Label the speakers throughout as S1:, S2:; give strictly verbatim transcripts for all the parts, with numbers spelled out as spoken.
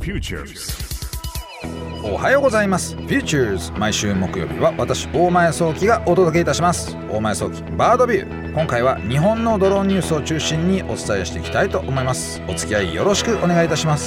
S1: おはようございます。 Futures 毎週木曜日は私大前早期がお届けいたします。大前早期バードビュー、今回は日本のドローンニュースを中心にお伝えしていきたいと思います。お付き合いよろしくお願いいたします。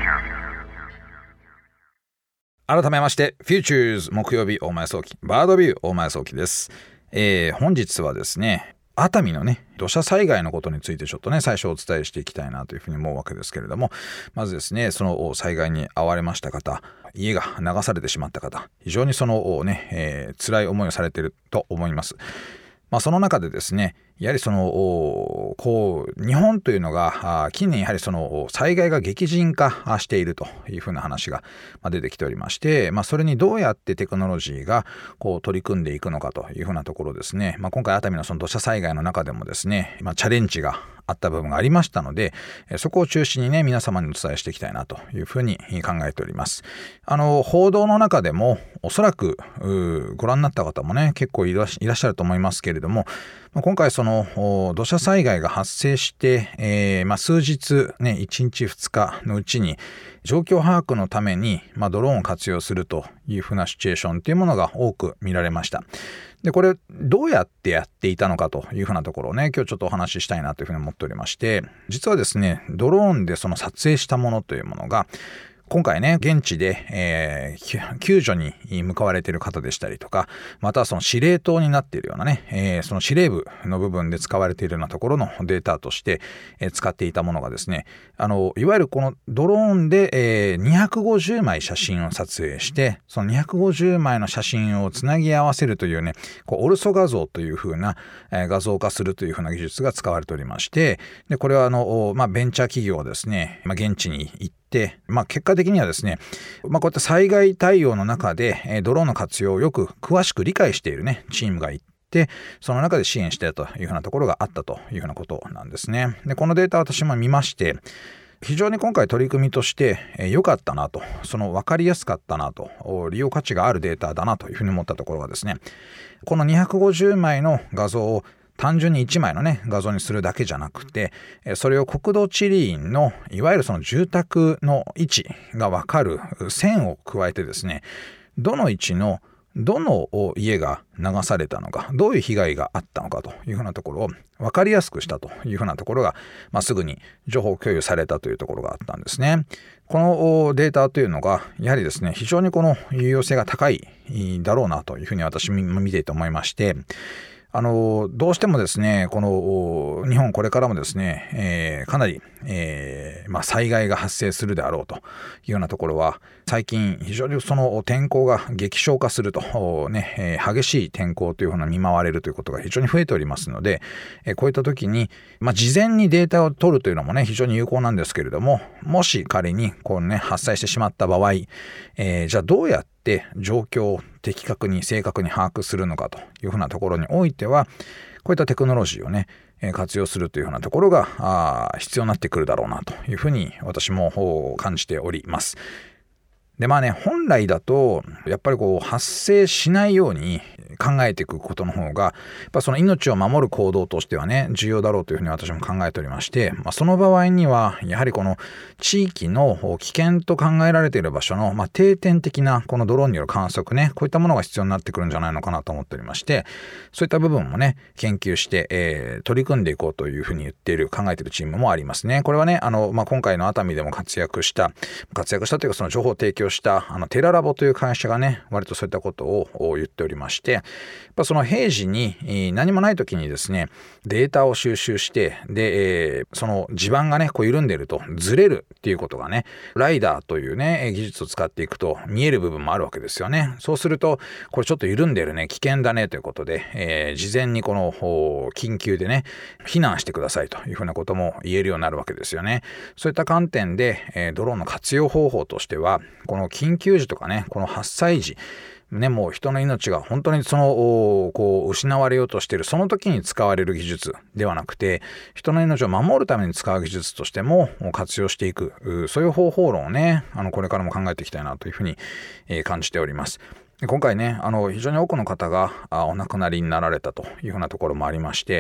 S1: 改めまして Futures 木曜日大前早期バードビュー大前早期です。えー、本日はですね、熱海のね土砂災害のことについてちょっとね最初お伝えしていきたいなというふうに思うわけですけれども、まずですね、その災害に遭われました方、家が流されてしまった方、非常にそのね、えー、辛い思いをされていると思います。まあ、その中でですね、やはりそのこう日本というのが近年やはりその災害が激甚化しているというふうな話が出てきておりまして、まあ、それにどうやってテクノロジーがこう取り組んでいくのかというふうなところですね、まあ、今回熱海のその土砂災害の中でもですね、まあ、チャレンジがあった部分がありましたので、そこを中心にね皆様にお伝えしていきたいなというふうに考えております。あの報道の中でもおそらくご覧になった方もね結構いらっしゃると思いますけれども、今回その土砂災害が発生して、えーまあ、数日ねいちにちふつかのうちに状況把握のために、まあ、ドローンを活用するというふうなシチュエーションというものが多く見られました。でこれどうやってやっていたのかというふうなところをね今日ちょっとお話ししたいなというふうに思っておりまして、実はですねドローンでその撮影したものというものが今回ね現地で、えー、救助に向かわれている方でしたりとか、またはその司令塔になっているようなね、えー、その司令部の部分で使われているようなところのデータとして、えー、使っていたものがですね、あのいわゆるこのドローンで、えー、にひゃくごじゅうまい写真を撮影して、そのにひゃくごじゅうまいの写真をつなぎ合わせるというねこうオルソ画像という風な、えー、画像化するという風な技術が使われておりまして、でこれはあの、まあ、ベンチャー企業がですね、まあ、現地に行ってでまあ、結果的にはですね、まあ、こういった災害対応の中で、えー、ドローンの活用をよく詳しく理解しているねチームがいて、その中で支援しているというふうなところがあったというふうなことなんですね。でこのデータ私も見まして、非常に今回取り組みとして良、えー、かったなと、その分かりやすかったなと、利用価値があるデータだなというふうに思ったところがですね、このにひゃくごじゅうまいの画像を単純にいちまいのね画像にするだけじゃなくて、それを国土地理院のいわゆるその住宅の位置が分かる線を加えてですね、どの位置のどの家が流されたのか、どういう被害があったのかというふうなところを分かりやすくしたというふうなところが、まあ、すぐに情報共有されたというところがあったんですね。このデータというのがやはりですね非常にこの有用性が高いだろうなというふうに私も見ていて思いまして、あのどうしてもですねこの日本これからもですね、えー、かなり、えーまあ、災害が発生するであろうというようなところは最近非常にその天候が激症化すると、ねえー、激しい天候というふうな見舞われるということが非常に増えておりますので、えー、こういった時に、まあ、事前にデータを取るというのもね非常に有効なんですけれども、もし仮にこう、ね、発災してしまった場合、えー、じゃあどうやって状況を的確に正確に把握するのかというふうなところにおいては、こういったテクノロジーをね活用するというふうなところが必要になってくるだろうなというふうに私も感じております。でまあね本来だとやっぱりこう発生しないように考えていくことの方がやっぱその命を守る行動としてはね重要だろうというふうに私も考えておりまして、まあ、その場合にはやはりこの地域の危険と考えられている場所の、まあ、定点的なこのドローンによる観測ね、こういったものが必要になってくるんじゃないのかなと思っておりまして、そういった部分もね研究して、えー、取り組んでいこうというふうに言っている考えているチームもありますね。これはねあの、まあ、今回の熱海でも活躍した活躍したというかその情報を提供したあのテララボという会社がね割とそういったことを言っておりまして、やっぱその平時に何もない時にですねデータを収集してで、えー、その地盤がねこう緩んでいるとずれるっていうことがねライダーというね技術を使っていくと見える部分もあるわけですよね。そうするとこれちょっと緩んでるね危険だねということで、えー、事前にこの緊急でね避難してくださいというふうなことも言えるようになるわけですよね。そういった観点で、えー、ドローンの活用方法としてはこの緊急時とかねこの発災時ね、もう人の命が本当にそのこう失われようとしているその時に使われる技術ではなくて、人の命を守るために使う技術としても活用していく、そういう方法論をねあのこれからも考えていきたいなというふうに感じております。今回ねあの非常に多くの方がお亡くなりになられたというふうなところもありまして、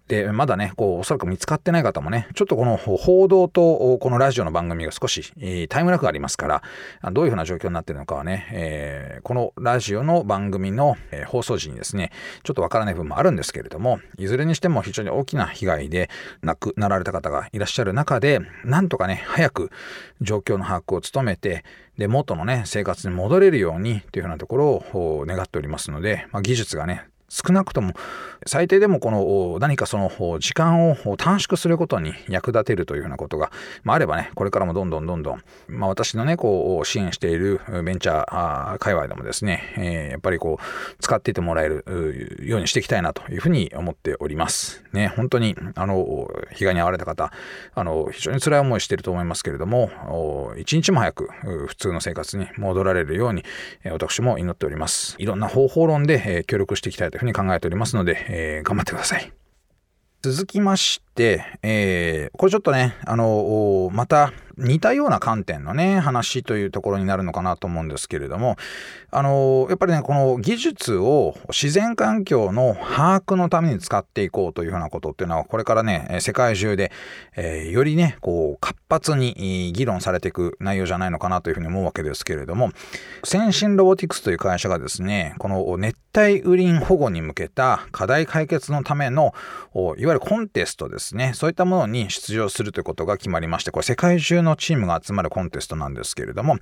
S1: で、まだね、こう、おそらく見つかってない方もね、ちょっとこの報道とこのラジオの番組が少し、えー、タイムラグがありますから、どういうふうな状況になっているのかはね、えー、このラジオの番組の、えー、放送時にですね、ちょっとわからない部分もあるんですけれども、いずれにしても非常に大きな被害で亡くなられた方がいらっしゃる中で、なんとかね、早く状況の把握を努めて、で、元のね、生活に戻れるようにというふうなところを願っておりますので、まあ、技術がね、少なくとも最低でもこの何かその時間を短縮することに役立てるというようなことが、まあ、あればね、これからもどんどんどんどん、まあ、私のねこう支援しているベンチャー界隈でもですね、えー、やっぱりこう使っていってもらえるようにしていきたいなというふうに思っておりますね。本当にあの被害に遭われた方、あの非常に辛い思いしていると思いますけれども、一日も早く普通の生活に戻られるように私も祈っております。いろんな方法論で協力していきたいというふうに考えておりますので、えー、頑張ってください。続きまして、えー、これちょっとね、あのまた似たような観点のね話というところになるのかなと思うんですけれども、あのやっぱりねこの技術を自然環境の把握のために使っていこうというふうなことっていうのはこれからね世界中で、えー、よりねこう活発に議論されていく内容じゃないのかなというふうに思うわけですけれども、先進ロボティクスという会社がですね、この熱帯雨林保護に向けた課題解決のためのいわゆるコンテストですね、そういったものに出場するということが決まりまして、これ世界中のチームが集まるコンテストなんですけれども、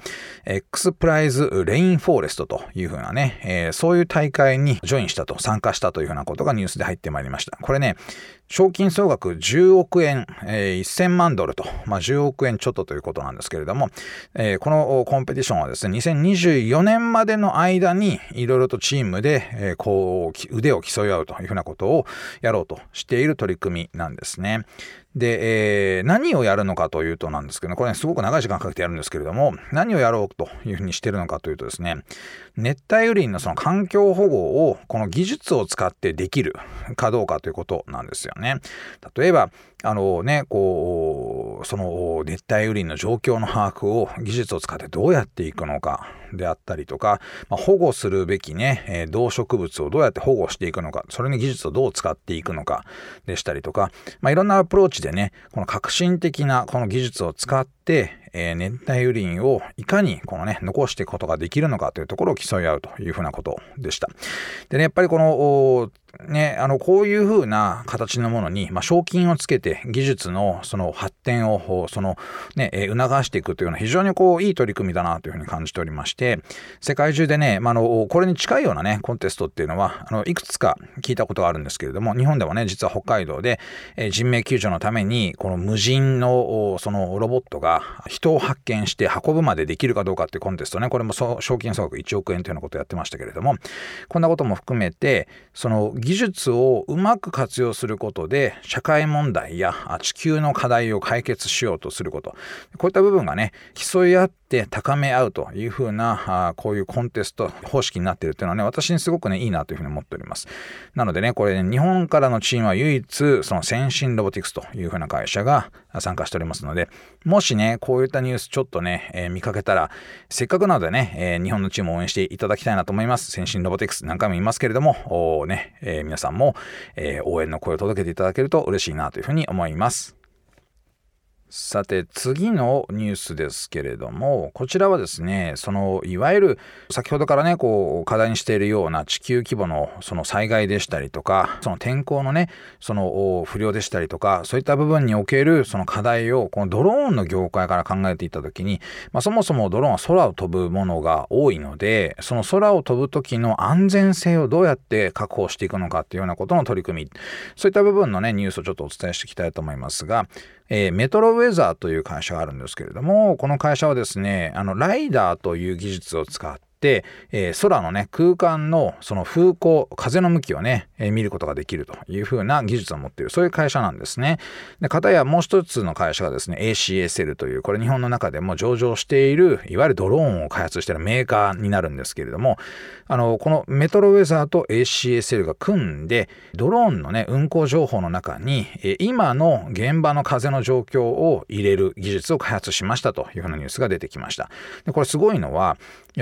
S1: X プライズレインフォーレストというふうなね、えー、そういう大会にジョインしたと参加したというふうなことがニュースで入ってまいりました。これね、賞金総額じゅうおくえん、えー、せんまんドルと、まあ、じゅうおくえんちょっとということなんですけれども、えー、このコンペティションはですね、にせんにじゅうよねんまでの間にいろいろとチームで、えー、こう腕を競い合うというふうなことをやろうとしている取り組みなんですね。で、えー、何をやるのかというとなんですけど、これね、すごく長い時間かけてやるんですけれども、何をやろうというふうにしているのかというとですね、熱帯雨林のその環境保護をこの技術を使ってできるかどうかということなんですよね。例えば、あのね、こう、その熱帯雨林の状況の把握を技術を使ってどうやっていくのかであったりとか、まあ、保護するべきね、えー、動植物をどうやって保護していくのか、それに技術をどう使っていくのかでしたりとか、まあ、いろんなアプローチでね、この革新的なこの技術を使って、えー、熱帯雨林をいかにこのね残していくことができるのかというところを競い合うというふうなことでした。でね、やっぱりこのね、あのこういうふうな形のものに、まあ、賞金をつけて技術のその発展をその、ね、えー、促していくというような非常にこういい取り組みだなというふうに感じておりまして、世界中でね、まあ、あのこれに近いようなねコンテストっていうのはあのいくつか聞いたことがあるんですけれども、日本ではね実は北海道で、えー、人命救助のためにこの無人のそのロボットが人を発見して運ぶまでできるかどうかっていうコンテストね、これも賞金総額いちおくえんというようなことをやってましたけれども、こんなことも含めてその技術をうまく活用することで社会問題や地球の課題を解決しようとすること、こういった部分がね競い合って高め合うというふうなあこういうコンテスト方式になっているというのはね、私にすごくねいいなというふうに思っております。なのでね、これ、ね、日本からのチームは唯一その先進ロボティクスというふうな会社が参加しておりますので、もしねこういったニュースちょっとね、えー、見かけたらせっかくなのでね、えー、日本のチームを応援していただきたいなと思います。先進ロボティクス何回も言いますけれどもね、えー、皆さんも、えー、応援の声を届けていただけると嬉しいなというふうに思います。さて次のニュースですけれども、こちらはですね、そのいわゆる先ほどからねこう課題にしているような地球規模のその災害でしたりとか、その天候のねその不良でしたりとか、そういった部分におけるその課題をこのドローンの業界から考えていったときに、まあ、そもそもドローンは空を飛ぶものが多いので、その空を飛ぶ時の安全性をどうやって確保していくのかっていうようなことの取り組み、そういった部分のねニュースをちょっとお伝えしていきたいと思いますが、えー、メトロウェザーという会社があるんですけれども、この会社はですね、あのライダーという技術を使ってで、えー、空のね空間のその風向風の向きをね、えー、見ることができるというふうな技術を持っている、そういう会社なんですね。で、片やもう一つの会社がですね エーシーエスエル という、これ日本の中でも上場しているいわゆるドローンを開発しているメーカーになるんですけれども、あのこのメトロウェザーと エーシーエスエル が組んでドローンのね運航情報の中に、えー、今の現場の風の状況を入れる技術を開発しましたというふうなニュースが出てきました。で、これすごいのはやっぱりねこ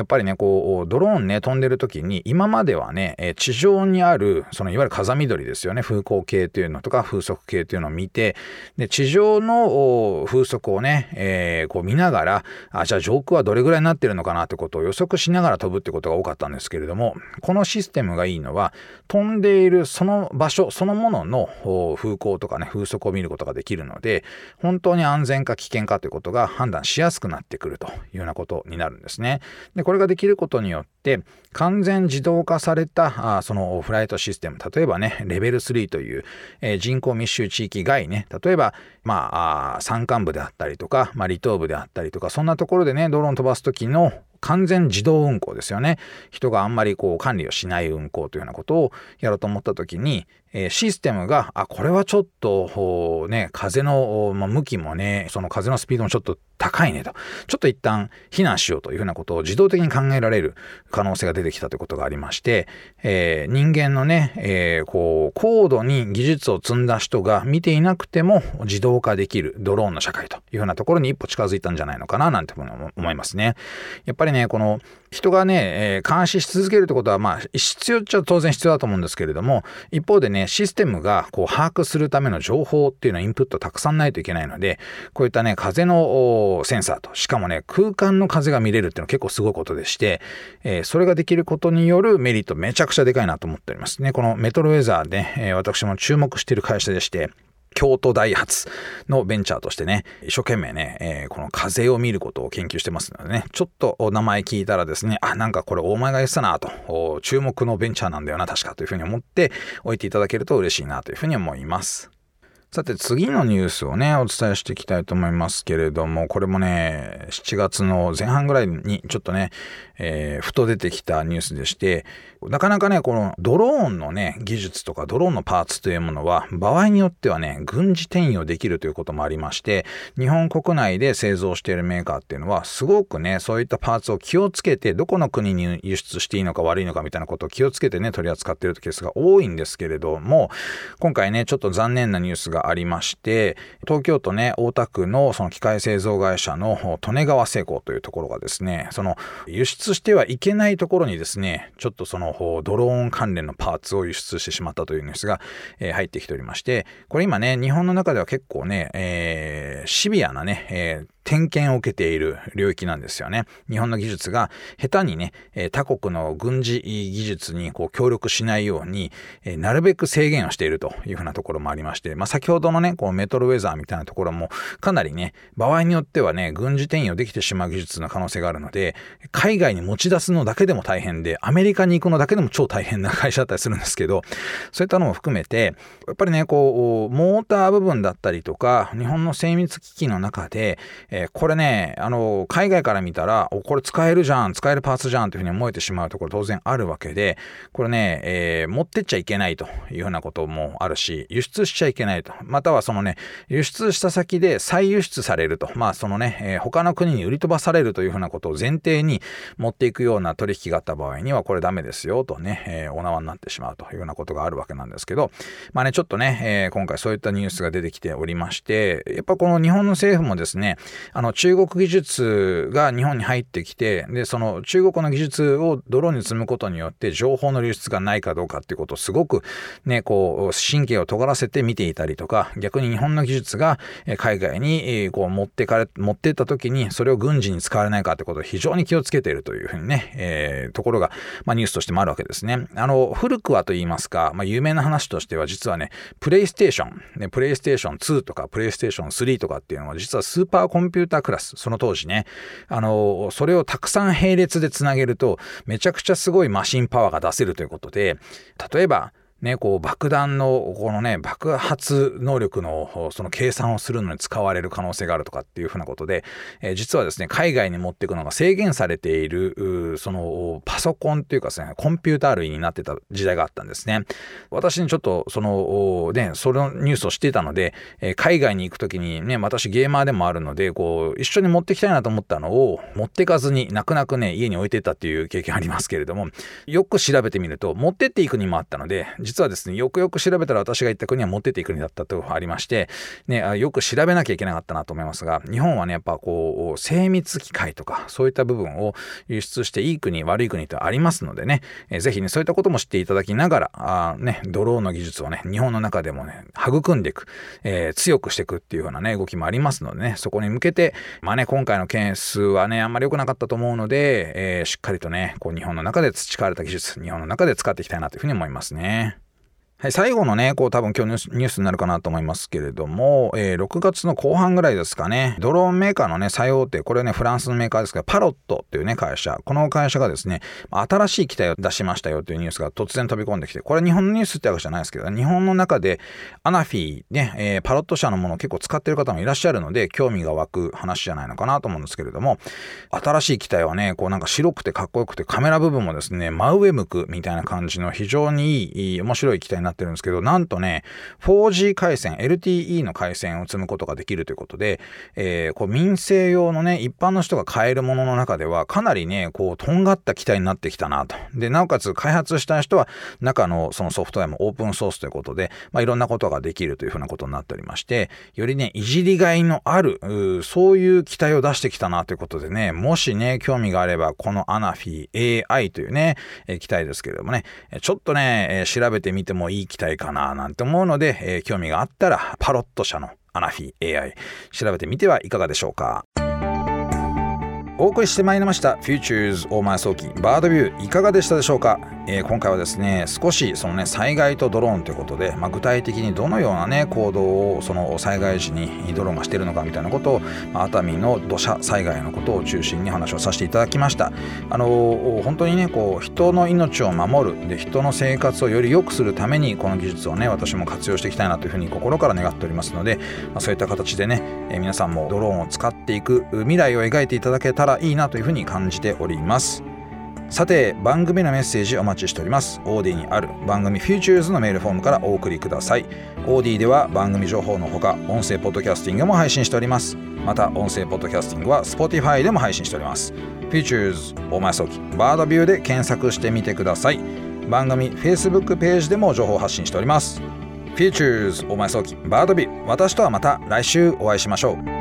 S1: こうドローンね飛んでる時に今まではね、え地上にあるそのいわゆる風見鳥ですよね、風向計というのとか風速計というのを見て、で地上の風速をね、えー、こう見ながら、あじゃあ上空はどれぐらいになってるのかなってことを予測しながら飛ぶってことが多かったんですけれども、このシステムがいいのは飛んでいるその場所そのものの風向とかね風速を見ることができるので、本当に安全か危険かということが判断しやすくなってくるというようなことになるんですね。でこれができることによって完全自動化されたあそのフライトシステム、例えばねレベルスリーという、えー、人口密集地域外ね、例えばまああ山間部であったりとか、まあ、離島部であったりとか、そんなところでねドローン飛ばす時の完全自動運行ですよね。人があんまりこう管理をしない運行というようなことをやろうと思った時に、えー、システムがあこれはちょっとね風の、まあ、向きもねその風のスピードもちょっと高いねと、ちょっと一旦避難しようというふうなことを自動的に考えられる可能性が出てきたということがありまして、えー、人間のね、えー、こう高度に技術を積んだ人が見ていなくても自動化できるドローンの社会というふうなところに一歩近づいたんじゃないのかななんて思いますね。やっぱりねこの人がね、えー、監視し続けるってことはまあ必要っちゃ当然必要だと思うんですけれども、一方でねシステムがこう把握するための情報っていうのはインプットたくさんないといけないので、こういったね風のセンサーと、しかもね空間の風が見れるっていうのは結構すごいことでして、えー、それができることによるメリットめちゃくちゃでかいなと思っておりますね。このメトロウェザーで、えー、私も注目している会社でして、京都ダイハツのベンチャーとしてね一生懸命ね、えー、この風を見ることを研究してますのでね、ちょっとお名前聞いたらですね、あなんかこれお前が言ってたなと、注目のベンチャーなんだよな確かというふうに思っておいていただけると嬉しいなというふうに思います。さて次のニュースをねお伝えしていきたいと思いますけれども、これもねしちがつの前半ぐらいにちょっとね、えー、ふと出てきたニュースでして、なかなかねこのドローンのね技術とかドローンのパーツというものは場合によってはね軍事転用できるということもありまして、日本国内で製造しているメーカーっていうのはすごくねそういったパーツを気をつけて、どこの国に輸出していいのか悪いのかみたいなことを気をつけてね取り扱っているケースが多いんですけれども、今回ねちょっと残念なニュースがありまして、東京都ね大田区のその機械製造会社の利根川製鋼というところがですね、その輸出してはいけないところにですねちょっとそのドローン関連のパーツを輸出してしまったというニュースが、えー、入ってきておりまして、これ今ね日本の中では結構ね、えー、シビアなね、えー点検を受けている領域なんですよね。日本の技術が下手にね他国の軍事技術にこう協力しないようになるべく制限をしているというふうなところもありまして、まあ、先ほどのねこのメトロウェザーみたいなところもかなりね場合によってはね軍事転用できてしまう技術の可能性があるので、海外に持ち出すのだけでも大変でアメリカに行くのだけでも超大変な会社だったりするんですけど、そういったのも含めてやっぱりねこうモーター部分だったりとか日本の精密機器の中でえー、これねあの海外から見たらおこれ使えるじゃん使えるパーツじゃんというふうに思えてしまうところ当然あるわけで、これね、えー、持ってっちゃいけないというふうなこともあるし、輸出しちゃいけないと、またはそのね輸出した先で再輸出されると、まあそのね、えー、他の国に売り飛ばされるというふうなことを前提に持っていくような取引があった場合にはこれダメですよとね、えー、お縄になってしまうというようなことがあるわけなんですけど、まあねちょっとね、えー、今回そういったニュースが出てきておりまして、やっぱこの日本の政府もですねあの中国技術が日本に入ってきて、でその中国の技術をドローンに積むことによって情報の流出がないかどうかっていうことをすごくねこう神経を尖らせて見ていたりとか、逆に日本の技術が海外にこう持ってかれ持っていった時にそれを軍事に使われないかってことを非常に気をつけているというふうにね、えー、ところが、まあ、ニュースとしてもあるわけですね。あの古くはと言いますか、まあ、有名な話としては実はねプレイステーション、ね、プレイステーションツーとかプレイステーションスリーとかっていうのは実はスーパーコンピュータークラス、その当時ねあのそれをたくさん並列でつなげるとめちゃくちゃすごいマシンパワーが出せるということで、例えばね、こう爆弾のこのね爆発能力のその計算をするのに使われる可能性があるとかっていうふうなことで、えー、実はですね海外に持っていくのが制限されているそのパソコンというかですねコンピューター類になってた時代があったんですね。私にちょっとそのねそのニュースを知っていたので、えー、海外に行くときにね私ゲーマーでもあるのでこう一緒に持ってきたいなと思ったのを持っていかずに泣く泣くね家に置いてったっていう経験ありますけれども、よく調べてみると持ってっていくにもあったので実はですね、よくよく調べたら私が行った国は持ってっていい国だったというのがありまして、ね、あよく調べなきゃいけなかったなと思いますが、日本はね、やっぱこう、精密機械とか、そういった部分を輸出していい国、悪い国ってありますのでね、えー、ぜひね、そういったことも知っていただきながら、あね、ドローンの技術をね、日本の中でもね、育んでいく、えー、強くしていくっていうようなね、動きもありますのでね、そこに向けて、まあね、今回の件数はね、あんまり良くなかったと思うので、えー、しっかりとね、こう日本の中で培われた技術、日本の中で使っていきたいなというふうに思いますね。はい、最後のね、こう多分今日ニュースになるかなと思いますけれども、えー、ろくがつの後半ぐらいですかね、ドローンメーカーのね、最大手、これね、フランスのメーカーですけど、パロットっていうね、会社、この会社がですね、新しい機体を出しましたよというニュースが突然飛び込んできて、これ日本のニュースってわけじゃないですけど、日本の中でアナフィね、えー、パロット社のものを結構使ってる方もいらっしゃるので、興味が湧く話じゃないのかなと思うんですけれども、新しい機体はね、こうなんか白くてかっこよくて、カメラ部分もですね、真上向くみたいな感じの非常にいい、いい面白い機体になってるんですけど、なんととね フォージー 回線 エルティーイー の回線を積むことができるということで、えー、こう民生用のね一般の人が買えるものの中ではかなりねこうとんがった機体になってきたなと。でなおかつ開発した人は中のそのソフトウェアもオープンソースということで、まあ、いろんなことができるというふうなことになっておりまして、よりねいじりがいのあるそういう機体を出してきたなということでね、もしね興味があればこのアナフィ エーアイ というね、えー、機体ですけれどもね、ちょっとね、えー、調べてみてもいい機体かななんて思うので、えー、興味があったらパロット社のアナフィ エーアイ 調べてみてはいかがでしょうか。お送りしてまいりました Futures 大前早期バードビューいかがでしたでしょうか。えー、今回はですね少しそのね災害とドローンということで、まあ、具体的にどのようなね行動をその災害時にドローンがしているのかみたいなことを、まあ、熱海の土砂災害のことを中心に話をさせていただきました。あのー、本当にねこう人の命を守るで人の生活をより良くするためにこの技術をね私も活用していきたいなというふうに心から願っておりますので、まあ、そういった形でね、えー、皆さんもドローンを使っていく未来を描いていただけたらいいなというふうに感じております。さて番組のメッセージお待ちしております。 オーディー にある番組 Futures のメールフォームからお送りください。 オーディー では番組情報のほか音声ポッドキャスティングも配信しております。また音声ポッドキャスティングは Spotify でも配信しております。 Futures 大前早期バードビューで検索してみてください。番組 Facebook ページでも情報発信しております。 Futures 大前早期バードビュー、私とはまた来週お会いしましょう。